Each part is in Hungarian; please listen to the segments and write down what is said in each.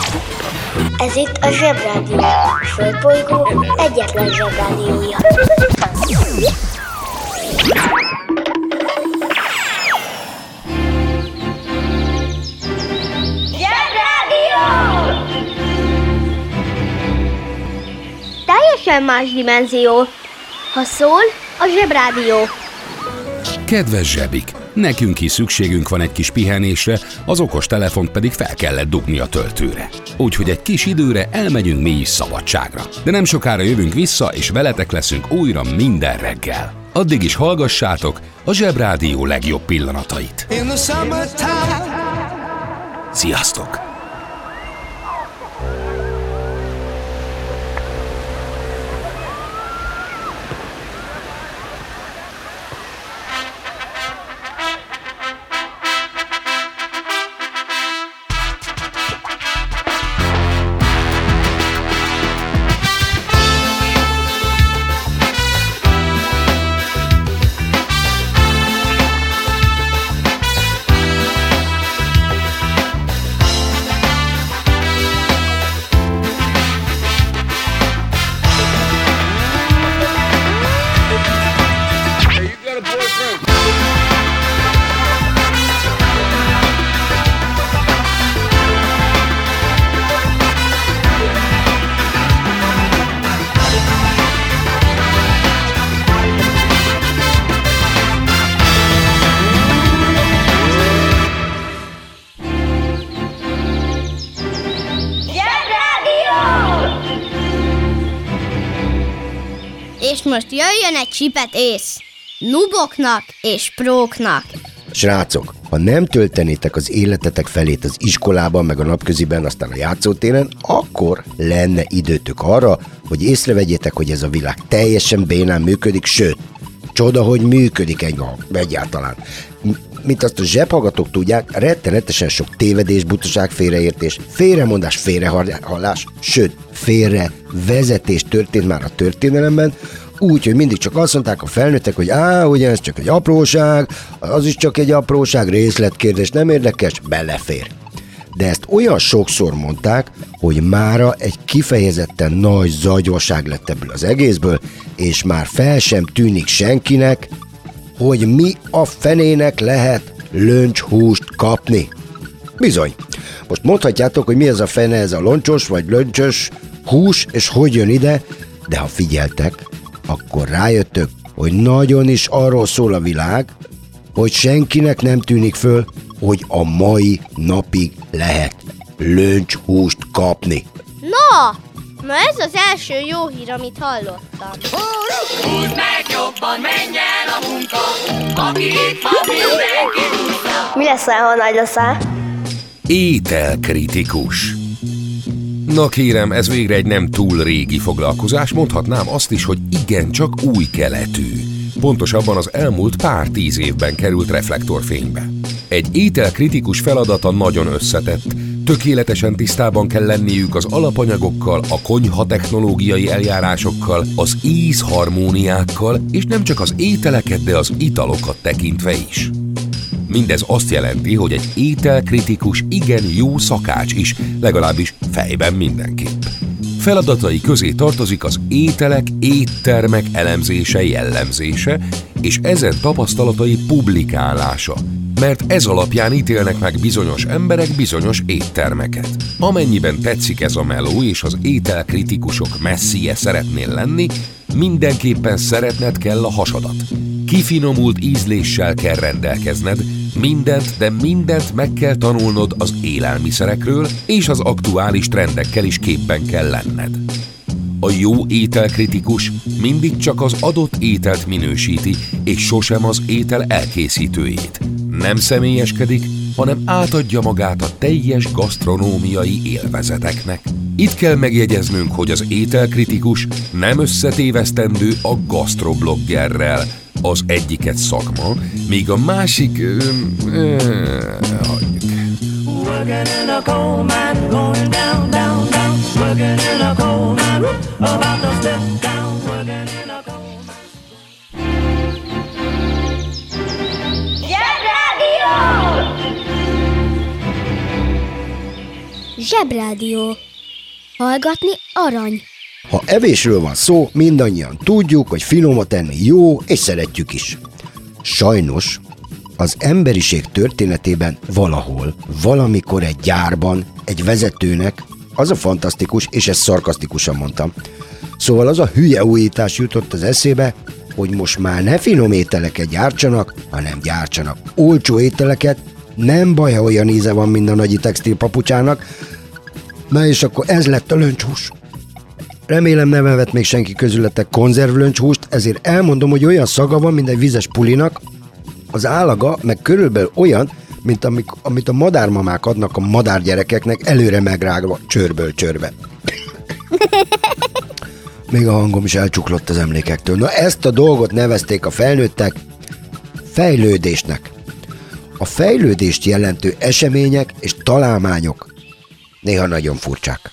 Ez itt a Zsebrádió, a Földbolygó egyetlen Zsebrádiója. Zsebrádió! Teljesen más dimenzió. Ha szól, a Zsebrádió. Kedves zsebik! Nekünk is szükségünk van egy kis pihenésre, az okos telefont pedig fel kellett dugni a töltőre. Úgyhogy egy kis időre elmegyünk mi is szabadságra. De nem sokára jövünk vissza, és veletek leszünk újra minden reggel. Addig is hallgassátok a Zsebrádió legjobb pillanatait. Sziasztok! És most jöjjön egy csipetész nuboknak és próknak. Srácok, ha nem töltenétek az életetek felét az iskolában, meg a napköziben, aztán a játszótéren, akkor lenne időtök arra, hogy észrevegyétek, hogy ez a világ teljesen bénán működik, sőt, csoda, hogy működik egyáltalán. Mint azt a zsebhallgatók tudják, rettenetesen sok tévedés, butaság, félreértés, félremondás, félrehallás, sőt, félrevezetés történt már a történelemben, úgy, hogy mindig csak azt mondták a felnőttek, hogy ugye ez csak egy apróság, az is csak egy apróság, részletkérdés, nem érdekes, belefér. De ezt olyan sokszor mondták, hogy mára egy kifejezetten nagy zagyorság lett ebből az egészből, és már fel sem tűnik senkinek, hogy mi a fenének lehet löncshúst kapni. Bizony. Most mondhatjátok, hogy mi ez a fene, ez a loncsos vagy löncsös hús, és hogy jön ide, de ha figyeltek, akkor rájöttök, hogy nagyon is arról szól a világ, hogy senkinek nem tűnik föl, hogy a mai napig lehet löncshúst kapni. Na ez az első jó hír, amit hallottam. Húzd meg jobban, menj el a munka, aki itt van, mindenki húzza. Mi lesz, ha nagy leszel? Ételkritikus. Na kérem, ez végre egy nem túl régi foglalkozás, mondhatnám azt is, hogy igencsak új keletű. Pontosabban az elmúlt pár 10 évben került reflektorfénybe. Egy ételkritikus feladata nagyon összetett, tökéletesen tisztában kell lenniük az alapanyagokkal, a konyha technológiai eljárásokkal, az ízharmóniákkal, és nem csak az ételeket, de az italokat tekintve is. Mindez azt jelenti, hogy egy ételkritikus igen jó szakács is, legalábbis fejben mindenképp. Feladatai közé tartozik az ételek, éttermek elemzése, jellemzése, és ezen tapasztalatai publikálása, mert ez alapján ítélnek meg bizonyos emberek bizonyos éttermeket. Amennyiben tetszik ez a meló, és az ételkritikusok messzije szeretnél lenni, mindenképpen szeretned kell a hasadat. Kifinomult ízléssel kell rendelkezned, mindent meg kell tanulnod az élelmiszerekről, és az aktuális trendekkel is képben kell lenned. A jó ételkritikus mindig csak az adott ételt minősíti, és sosem az étel elkészítőjét. Nem személyeskedik, hanem átadja magát a teljes gasztronómiai élvezeteknek. Itt kell megjegyeznünk, hogy az ételkritikus nem összetévesztendő a gasztrobloggerrel. Az egyiket szakma, míg a másik... hagyjuk. Zsebrádió. Hallgatni arany. Ha evésről van szó, mindannyian tudjuk, hogy finomat enni jó, és szeretjük is. Sajnos az emberiség történetében valahol, valamikor egy gyárban, egy vezetőnek az a fantasztikus, és ezt szarkasztikusan mondtam, szóval az a hülye újítás jutott az eszébe, hogy most már ne finom ételeket gyártsanak, hanem gyártsanak olcsó ételeket, nem baj, ha olyan íze van, mint a nagyi textilpapucsának. Na és akkor ez lett a löncshús. Remélem nem evett még senki közületek konzervlöncshúst, ezért elmondom, hogy olyan szaga van, mint egy vizes pulinak, az állaga meg körülbelül olyan, mint amit a madármamák adnak a madárgyerekeknek előre megrágva, csőrből csőrbe. Még a hangom is elcsuklott az emlékektől. Na ezt a dolgot nevezték a felnőttek fejlődésnek. A fejlődést jelentő események és találmányok néha nagyon furcsák.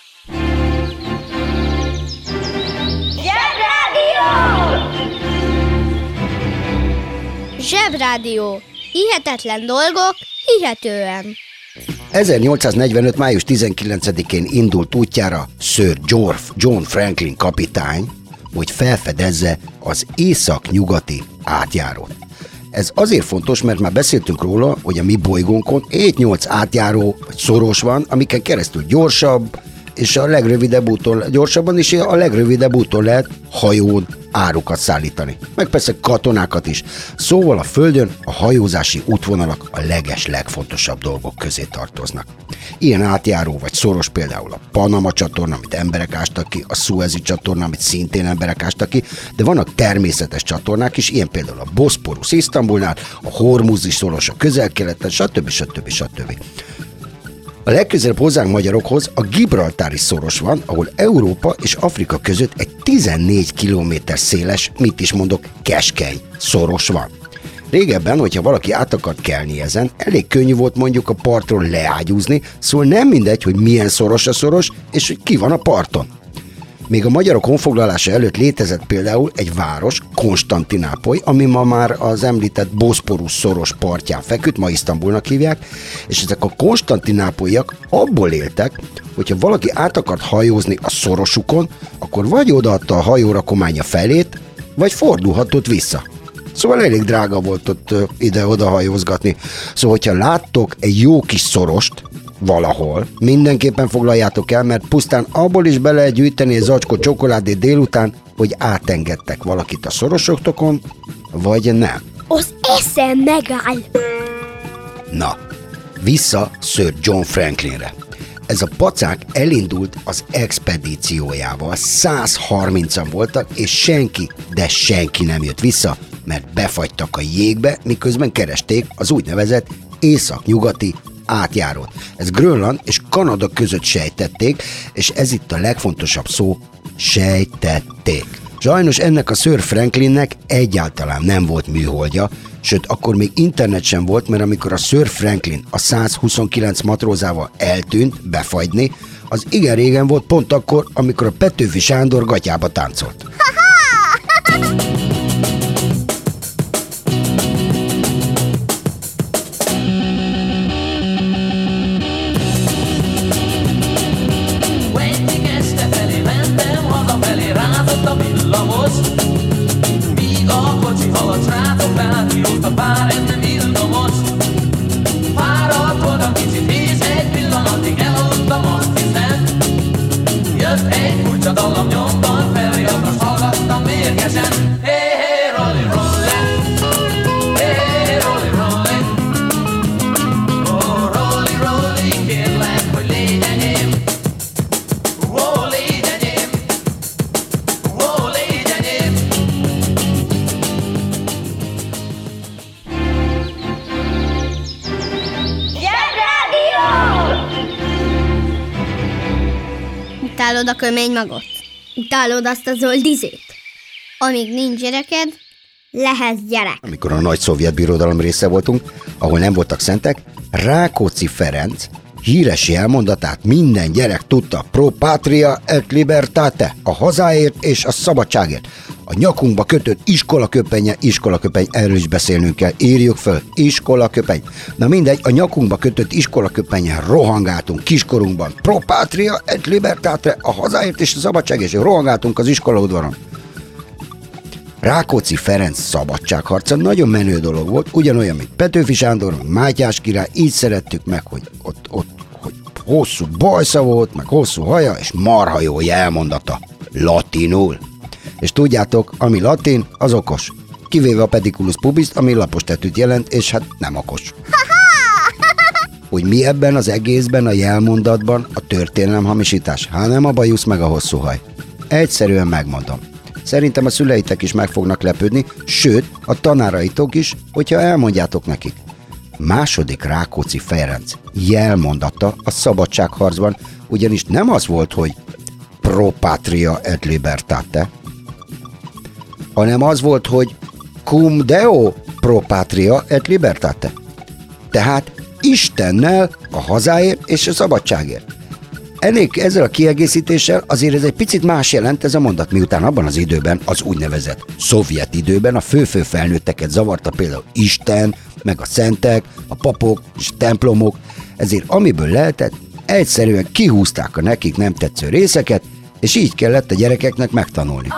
Zsebrádió. Hihetetlen dolgok, hihetően. 1845. május 19-én indult útjára Sir John Franklin kapitány, hogy felfedezze az észak-nyugati átjárót. Ez azért fontos, mert már beszéltünk róla, hogy a mi bolygónkon 7-8 átjáró vagy szoros van, amiken keresztül gyorsabban és a legrövidebb úton lehet hajón árukat szállítani. Meg persze katonákat is. Szóval a Földön a hajózási útvonalak a legfontosabb dolgok közé tartoznak. Ilyen átjáró vagy szoros például a Panama csatorna, amit emberek ástak ki, a Szuezi csatorna, amit szintén emberek ástak ki, de vannak természetes csatornák is, ilyen például a Boszporusz Isztambulnál, a Hormuzi szoros a Közel-Keleten, stb. A legközelebb hozzánk magyarokhoz a Gibraltári szoros van, ahol Európa és Afrika között egy 14 kilométer széles, mit is mondok, keskeny szoros van. Régebben, hogyha valaki át akart kelni ezen, elég könnyű volt mondjuk a partról leágyúzni, szóval nem mindegy, hogy milyen szoros a szoros, és hogy ki van a parton. Még a magyarok honfoglalása előtt létezett például egy város, Konstantinápoly, ami ma már az említett Boszporusz szoros partján feküdt, ma Isztambulnak hívják, és ezek a konstantinápolyak abból éltek, hogyha valaki át akart hajózni a szorosukon, akkor vagy odaadta a hajórakománya felét, vagy fordulhatott vissza. Szóval elég drága volt ott ide-oda hajózgatni. Szóval, hogyha láttok egy jó kis szorost valahol, mindenképpen foglaljátok el, mert pusztán abból is be lehet gyűjteni egy zacskó csokoládét délután, hogy átengedtek valakit a szorosokon, vagy nem. Az eszem megáll. Na, vissza Sir John Franklinre. Ez a pacák elindult az expedíciójával. 130-an voltak, és senki, de senki nem jött vissza, mert befagytak a jégbe, miközben keresték az úgynevezett észak-nyugati átjárót. Ez Grönland és Kanada között sejtették, és ez itt a legfontosabb szó, sejtették. Sajnos ennek a Sir Franklinnek egyáltalán nem volt műholdja, sőt, akkor még internet sem volt, mert amikor a Sir Franklin a 129 matrózával eltűnt befagyni, az igen régen volt, pont akkor, amikor a Petőfi Sándor gatyába táncolt. Utálod a köménymagot? Utálod azt a zöld izét? Amíg nincs gyereked, lehetsz gyerek. Amikor a nagy szovjet birodalom része voltunk, ahol nem voltak szentek, Rákóczi Ferenc híres jelmondatát minden gyerek tudta: pro patria et libertate, a hazáért és a szabadságért. A nyakunkba kötött iskolaköpenye, erről is beszélnünk kell, írjuk föl, iskolaköpeny. Na mindegy, a nyakunkba kötött iskolaköpenyen rohangáltunk kiskorunkban, pro patria et libertate, a hazáért és a szabadság, és rohangáltunk az iskolaudvaron. Rákóczi Ferenc szabadságharca nagyon menő dolog volt, ugyanolyan, mint Petőfi Sándor, Mátyás király, így szerettük meg, hogy ott hogy hosszú bajsza volt, meg hosszú haja, és marha jó jelmondata, latinul. És tudjátok, ami latin, az okos. Kivéve a pediculus pubis, ami lapos tetűt jelent, és hát nem okos. Hogy mi ebben az egészben, a jelmondatban a történelem hamisítás? Hát nem a bajusz meg a hosszú haj. Egyszerűen megmondom. Szerintem a szüleitek is meg fognak lepődni, sőt, a tanáraitok is, hogyha elmondjátok nekik. Második Rákóczi Ferenc jelmondata a szabadságharcban ugyanis nem az volt, hogy pro patria et libertate, hanem az volt, hogy cum Deo pro patria et libertate. Tehát Istennel a hazáért és a szabadságért. Ezzel a kiegészítéssel azért ez egy picit más jelent ez a mondat, miután abban az időben, az úgynevezett szovjet időben a fő-fő felnőtteket zavarta például Isten, meg a szentek, a papok és a templomok, ezért amiből lehetett, egyszerűen kihúzták a nekik nem tetsző részeket, és így kellett a gyerekeknek megtanulni.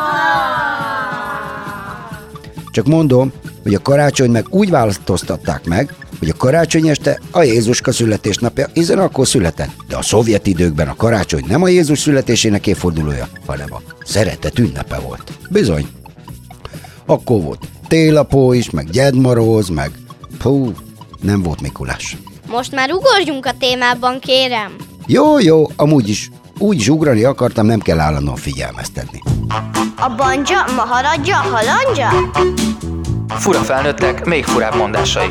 Csak mondom, hogy a karácsony meg úgy változtatták meg, hogy a karácsony este a Jézuska születésnapja, hiszen akkor született. De a szovjet időkben a karácsony nem a Jézus születésének évfordulója, hanem a szeretet ünnepe volt. Bizony. Akkor volt télapó is, meg Gyedmaróz, meg nem volt Mikulás. Most már ugorjunk a témában, kérem. Jó, amúgy is úgy is ugrani akartam, nem kell állandóan figyelmeztetni. A banja, maharadja, halandja? Fura felnőttek, még furább mondásai.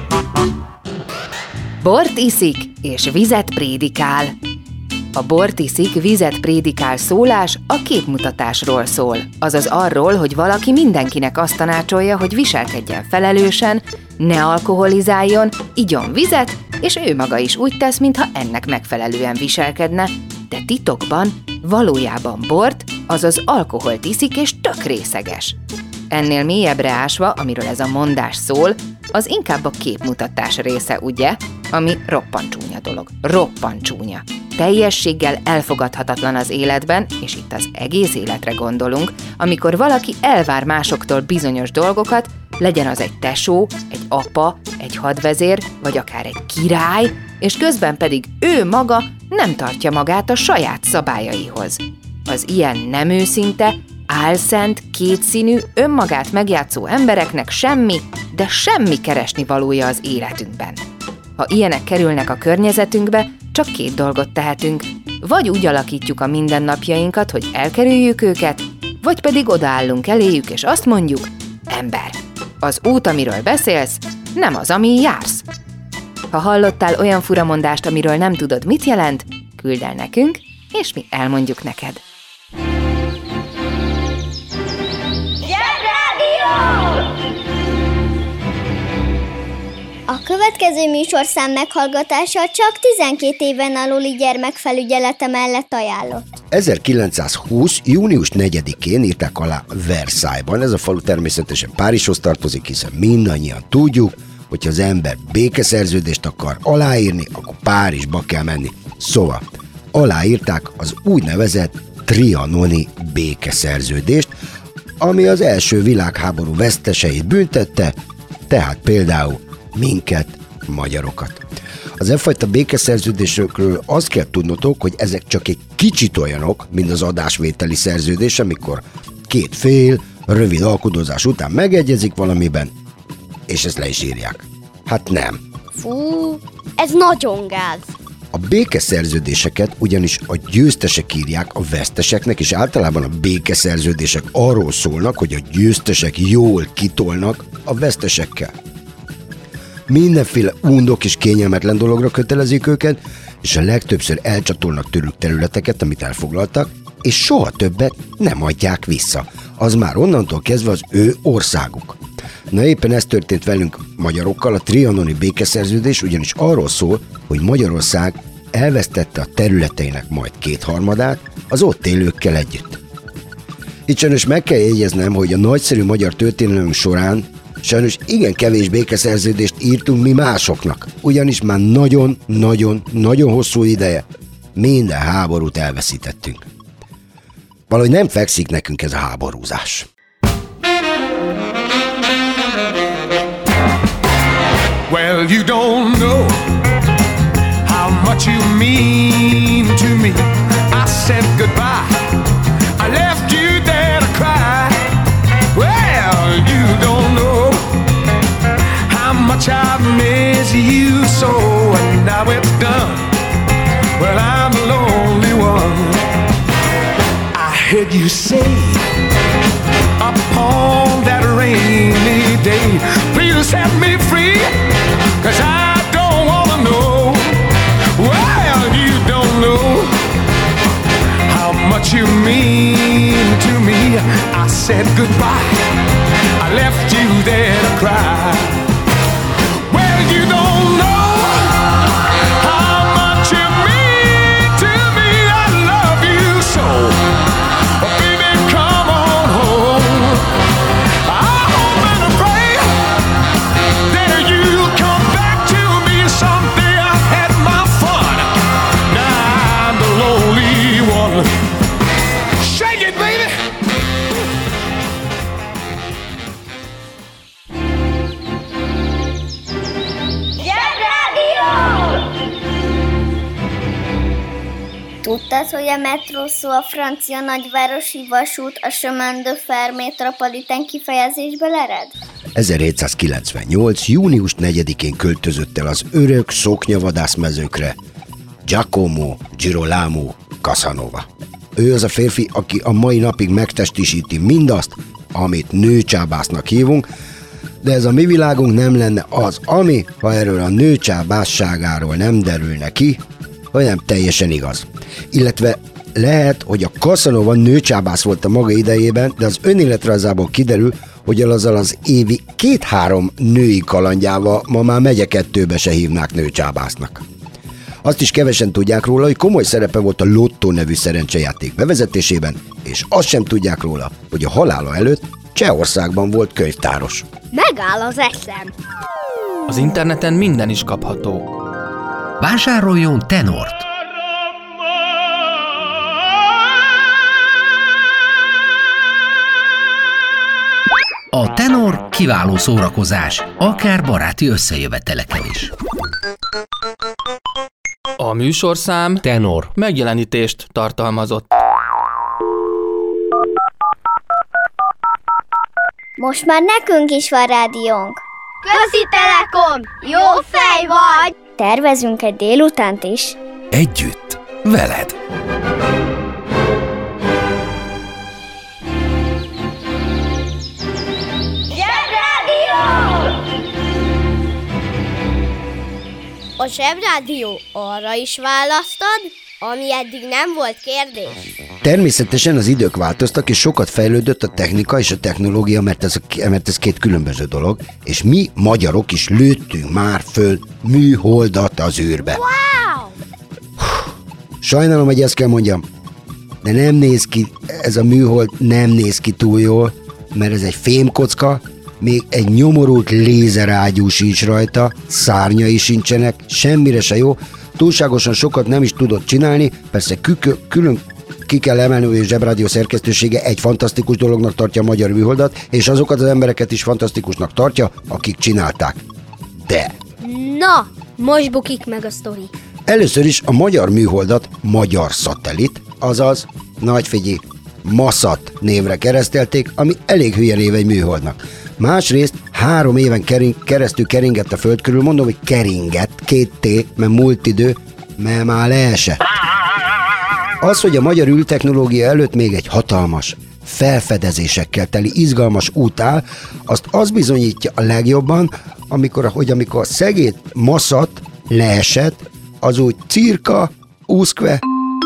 Bort iszik és vizet prédikál. A bort iszik, vizet prédikál szólás a képmutatásról szól, azaz arról, hogy valaki mindenkinek azt tanácsolja, hogy viselkedjen felelősen, ne alkoholizáljon, igyon vizet, és ő maga is úgy tesz, mintha ennek megfelelően viselkedne, de titokban valójában bort, azaz alkoholt iszik és tök részeges. Ennél mélyebbre ásva, amiről ez a mondás szól, az inkább a képmutatás része, ugye? Ami roppant csúnya dolog. Roppant csúnya. Teljességgel elfogadhatatlan az életben, és itt az egész életre gondolunk, amikor valaki elvár másoktól bizonyos dolgokat, legyen az egy tesó, egy apa, egy hadvezér, vagy akár egy király, és közben pedig ő maga nem tartja magát a saját szabályaihoz. Az ilyen nem őszinte, álszent, kétszínű, önmagát megjátszó embereknek semmi, de semmi keresni valója az életünkben. Ha ilyenek kerülnek a környezetünkbe, csak két dolgot tehetünk. Vagy úgy alakítjuk a mindennapjainkat, hogy elkerüljük őket, vagy pedig odaállunk eléjük, és azt mondjuk, ember, az út, amiről beszélsz, nem az, amin jársz. Ha hallottál olyan furamondást, amiről nem tudod, mit jelent, küldd el nekünk, és mi elmondjuk neked. A következő műsorszám meghallgatása csak 12 éven aluli gyermekfelügyelete mellett ajánlott. 1920. június 4-én írták alá Versailles-ban, ez a falu természetesen Párizshoz tartozik, hiszen mindannyian tudjuk, hogyha az ember békeszerződést akar aláírni, akkor Párizsba kell menni. Szóval aláírták az úgynevezett trianoni békeszerződést, ami az első világháború veszteseit büntette, tehát például minket, magyarokat. Az effajta békeszerződésekről azt kell tudnotok, hogy ezek csak egy kicsit olyanok, mint az adásvételi szerződés, amikor két fél rövid alkudozás után megegyezik valamiben, és ezt le is írják. Hát nem. Fú, ez nagyon gáz. A békeszerződéseket ugyanis a győztesek írják a veszteseknek, és általában a békeszerződések arról szólnak, hogy a győztesek jól kitolnak a vesztesekkel. Mindenféle undok és kényelmetlen dologra kötelezik őket, és a legtöbbször elcsatolnak tőlük területeket, amit elfoglaltak, és soha többet nem adják vissza. Az már onnantól kezdve az ő országuk. Na éppen ez történt velünk magyarokkal, a trianoni békeszerződés ugyanis arról szól, hogy Magyarország elvesztette a területeinek majd 2/3 az ott élőkkel együtt. Itt sajnos meg kell jegyeznem, hogy a nagyszerű magyar történelem során sajnos igen kevés békeszerződést írtunk mi másoknak, ugyanis már nagyon hosszú ideje minden háborút elveszítettünk. Valahogy nem fekszik nekünk ez a háborúzás. Well, you don't know how much you mean to me. I said goodbye, I left you there to cry. Well, you don't know how much I've missed you so, and now it's done. Well, I'm the lonely one. I heard you say upon that rainy day, please set me free, 'cause I don't wanna know. Well, you don't know how much you mean to me. I said goodbye, I left you there to cry. Well, you don't know how much you mean to me. I love you so. Baby, come on home. I hope and I pray that you'll come back to me someday. I've had my fun. Now I'm the lonely one. Shake it, baby. Tudtad, hogy a metró szó a francia nagyvárosi vasút a chemin de fer métropolitain kifejezésből ered? 1798. június 4-én költözött el az örök szoknyavadászmezőkre Giacomo Girolamo Casanova. Ő az a férfi, aki a mai napig megtestisíti mindazt, amit nőcsábásznak hívunk, de ez a mi világunk nem lenne az, ami, ha erről a nőcsábásságáról nem derülne ki, hogy nem teljesen igaz. Illetve lehet, hogy a Casanova nőcsábász volt a maga idejében, de az önéletrajzából kiderül, hogy azzal az évi 2-3 női kalandjával ma már megye 2-be se hívnák nőcsábásznak. Azt is kevesen tudják róla, hogy komoly szerepe volt a Lottó nevű szerencsejáték bevezetésében, és azt sem tudják róla, hogy a halála előtt Csehországban volt könyvtáros. Megáll az eszem! Az interneten minden is kapható. Vásároljon tenort! A tenor kiváló szórakozás, akár baráti összejöveteleken is. A műsorszám Tenor megjelenítést tartalmazott. Most már nekünk is van rádiónk. Közi Telekom! Jó fej vagy! Tervezünk egy délutánt is. Együtt, veled. A Zsebrádió arra is választod, ami eddig nem volt kérdés. Természetesen az idők változtak, és sokat fejlődött a technika és a technológia, mert ez két különböző dolog, és mi magyarok is lőttünk már föl műholdat az űrbe. Wow! Sajnálom, hogy ezt kell mondjam, de nem néz ki, ez a műhold nem néz ki túl jól, mert ez egy fémkocka, még egy nyomorult lézerágyú sincs rajta, szárnyai sincsenek, semmire se jó, túlságosan sokat nem is tudott csinálni, persze külön ki kell emelni, hogy a Zsebrádió szerkesztősége egy fantasztikus dolognak tartja a magyar műholdat, és azokat az embereket is fantasztikusnak tartja, akik csinálták. De... Na, most bukik meg a sztori. Először is a magyar műholdat Magyar Szatellit, azaz, nagy figyelj, Maszat névre keresztelték, ami elég hülye név egy műholdnak. Másrészt 3 éven keresztül keringett a föld körül, mondom, hogy keringett, 2 T, mert múlt idő, mert már leesett. Az, hogy a magyar űrtechnológia előtt még egy hatalmas, felfedezésekkel teli izgalmas út áll, azt az bizonyítja a legjobban, amikor a szegény Maszat leesett, az úgy cirka, uszkve.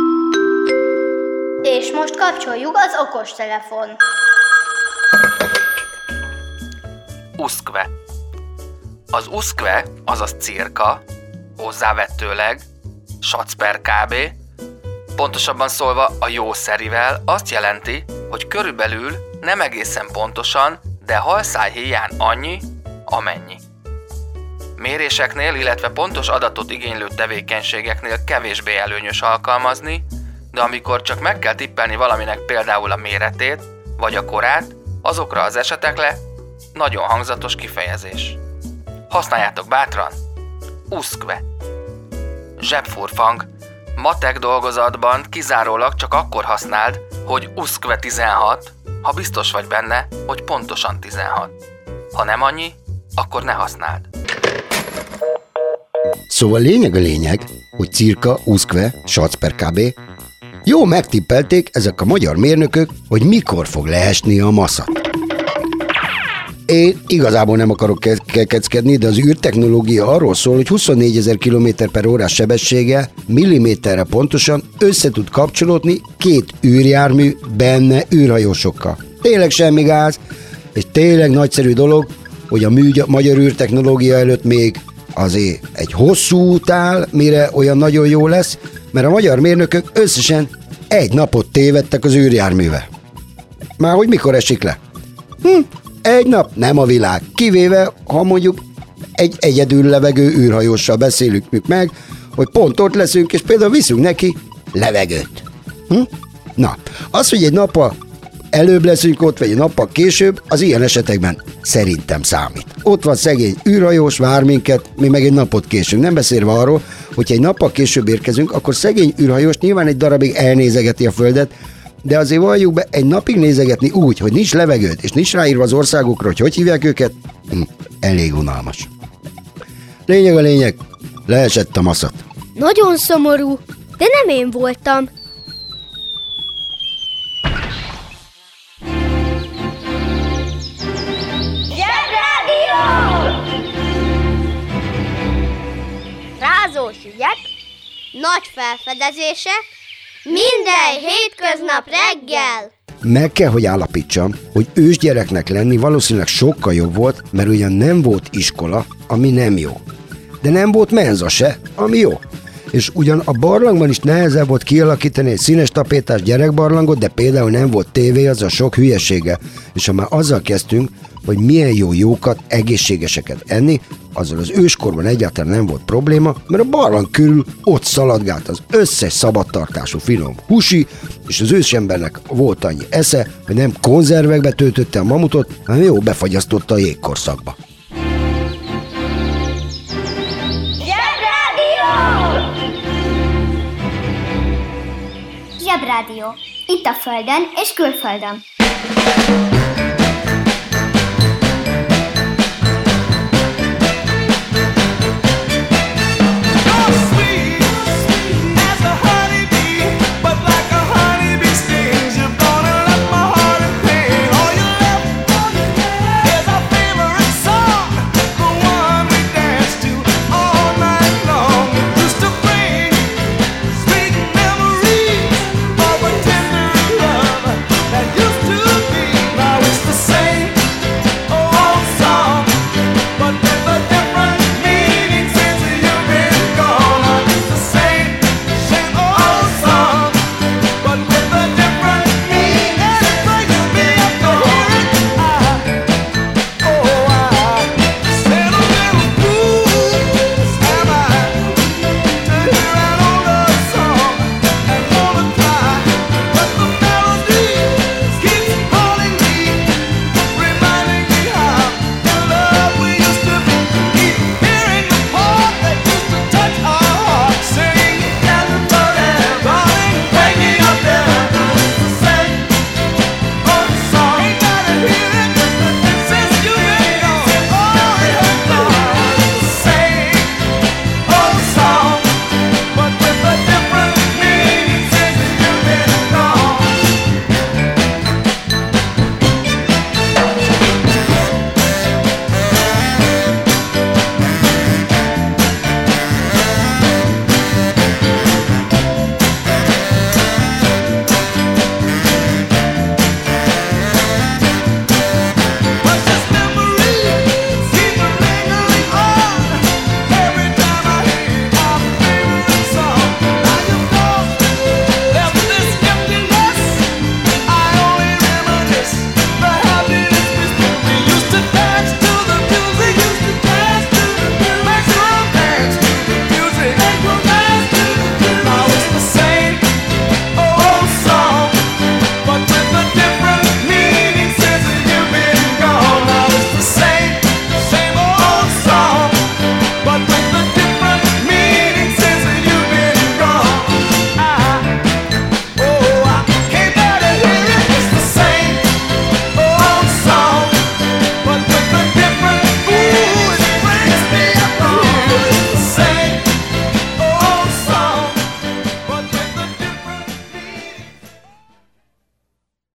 És most kapcsoljuk az okostelefon. Uszkve. Az uszkve, azaz cirka, hozzávetőleg, sac per kb, pontosabban szólva a jószerivel azt jelenti, hogy körülbelül nem egészen pontosan, de hajszájhéján annyi, amennyi. Méréseknél, illetve pontos adatot igénylő tevékenységeknél kevésbé előnyös alkalmazni, de amikor csak meg kell tippelni valaminek például a méretét, vagy a korát, azokra az esetekre nagyon hangzatos kifejezés. Használjátok bátran! Uszkve. Zsebfurfang. Matek dolgozatban kizárólag csak akkor használd, hogy uszkve 16, ha biztos vagy benne, hogy pontosan 16. Ha nem annyi, akkor ne használd. Szóval lényeg a lényeg, hogy cirka, uszkve, sac per kb. Jó megtippelték ezek a magyar mérnökök, hogy mikor fog leesni a maszat. Én igazából nem akarok kekeckedni, de az űrtechnológia arról szól, hogy 24 000 km/h sebességgel milliméterre pontosan össze tud kapcsolódni két űrjármű benne űrhajósokkal. Tényleg semmi gáz, és tényleg nagyszerű dolog, hogy a magyar űrtechnológia előtt még azért egy hosszú út áll, mire olyan nagyon jó lesz, mert a magyar mérnökök összesen egy napot tévedtek az űrjárművel. Már hogy mikor esik le? Egy nap nem a világ, kivéve, ha mondjuk egy egyedül levegő űrhajóssal beszélünk meg, hogy pont ott leszünk, és például viszünk neki levegőt. Na, az, hogy egy nappal előbb leszünk ott, vagy egy nappal később, az ilyen esetekben szerintem számít. Ott van szegény űrhajós, vár minket, mi meg egy napot késünk. Nem beszélve arról, hogyha egy nappal később érkezünk, akkor szegény űrhajós nyilván egy darabig elnézegeti a Földet, de azért valljuk be, egy napig nézegetni úgy, hogy nincs levegőd, és nincs ráírva az országokra, hogy hívják őket, elég unalmas. Lényeg a lényeg, leesett a maszat. Nagyon szomorú, de nem én voltam. Zsebrádió! Rázós ügyek, nagy felfedezések, minden hétköznap reggel! Meg kell, hogy állapítsam, hogy ősgyereknek lenni valószínűleg sokkal jobb volt, mert ugyan nem volt iskola, ami nem jó. De nem volt menza se, ami jó. És ugyan a barlangban is nehezebb volt kialakítani egy színes tapétás gyerekbarlangot, de például nem volt tévé, az a sok hülyesége. És ha már azzal kezdtünk, hogy milyen jó jókat, egészségeseket enni, azzal az őskorban egyáltalán nem volt probléma, mert a barlang körül ott szaladgált az összes szabadtartású finom húsi, és az ősembernek volt annyi esze, hogy nem konzervekbe töltötte a mamutot, hanem jó befagyasztotta a jégkorszakba. Zsebrádió! Itt a Földön és külföldön.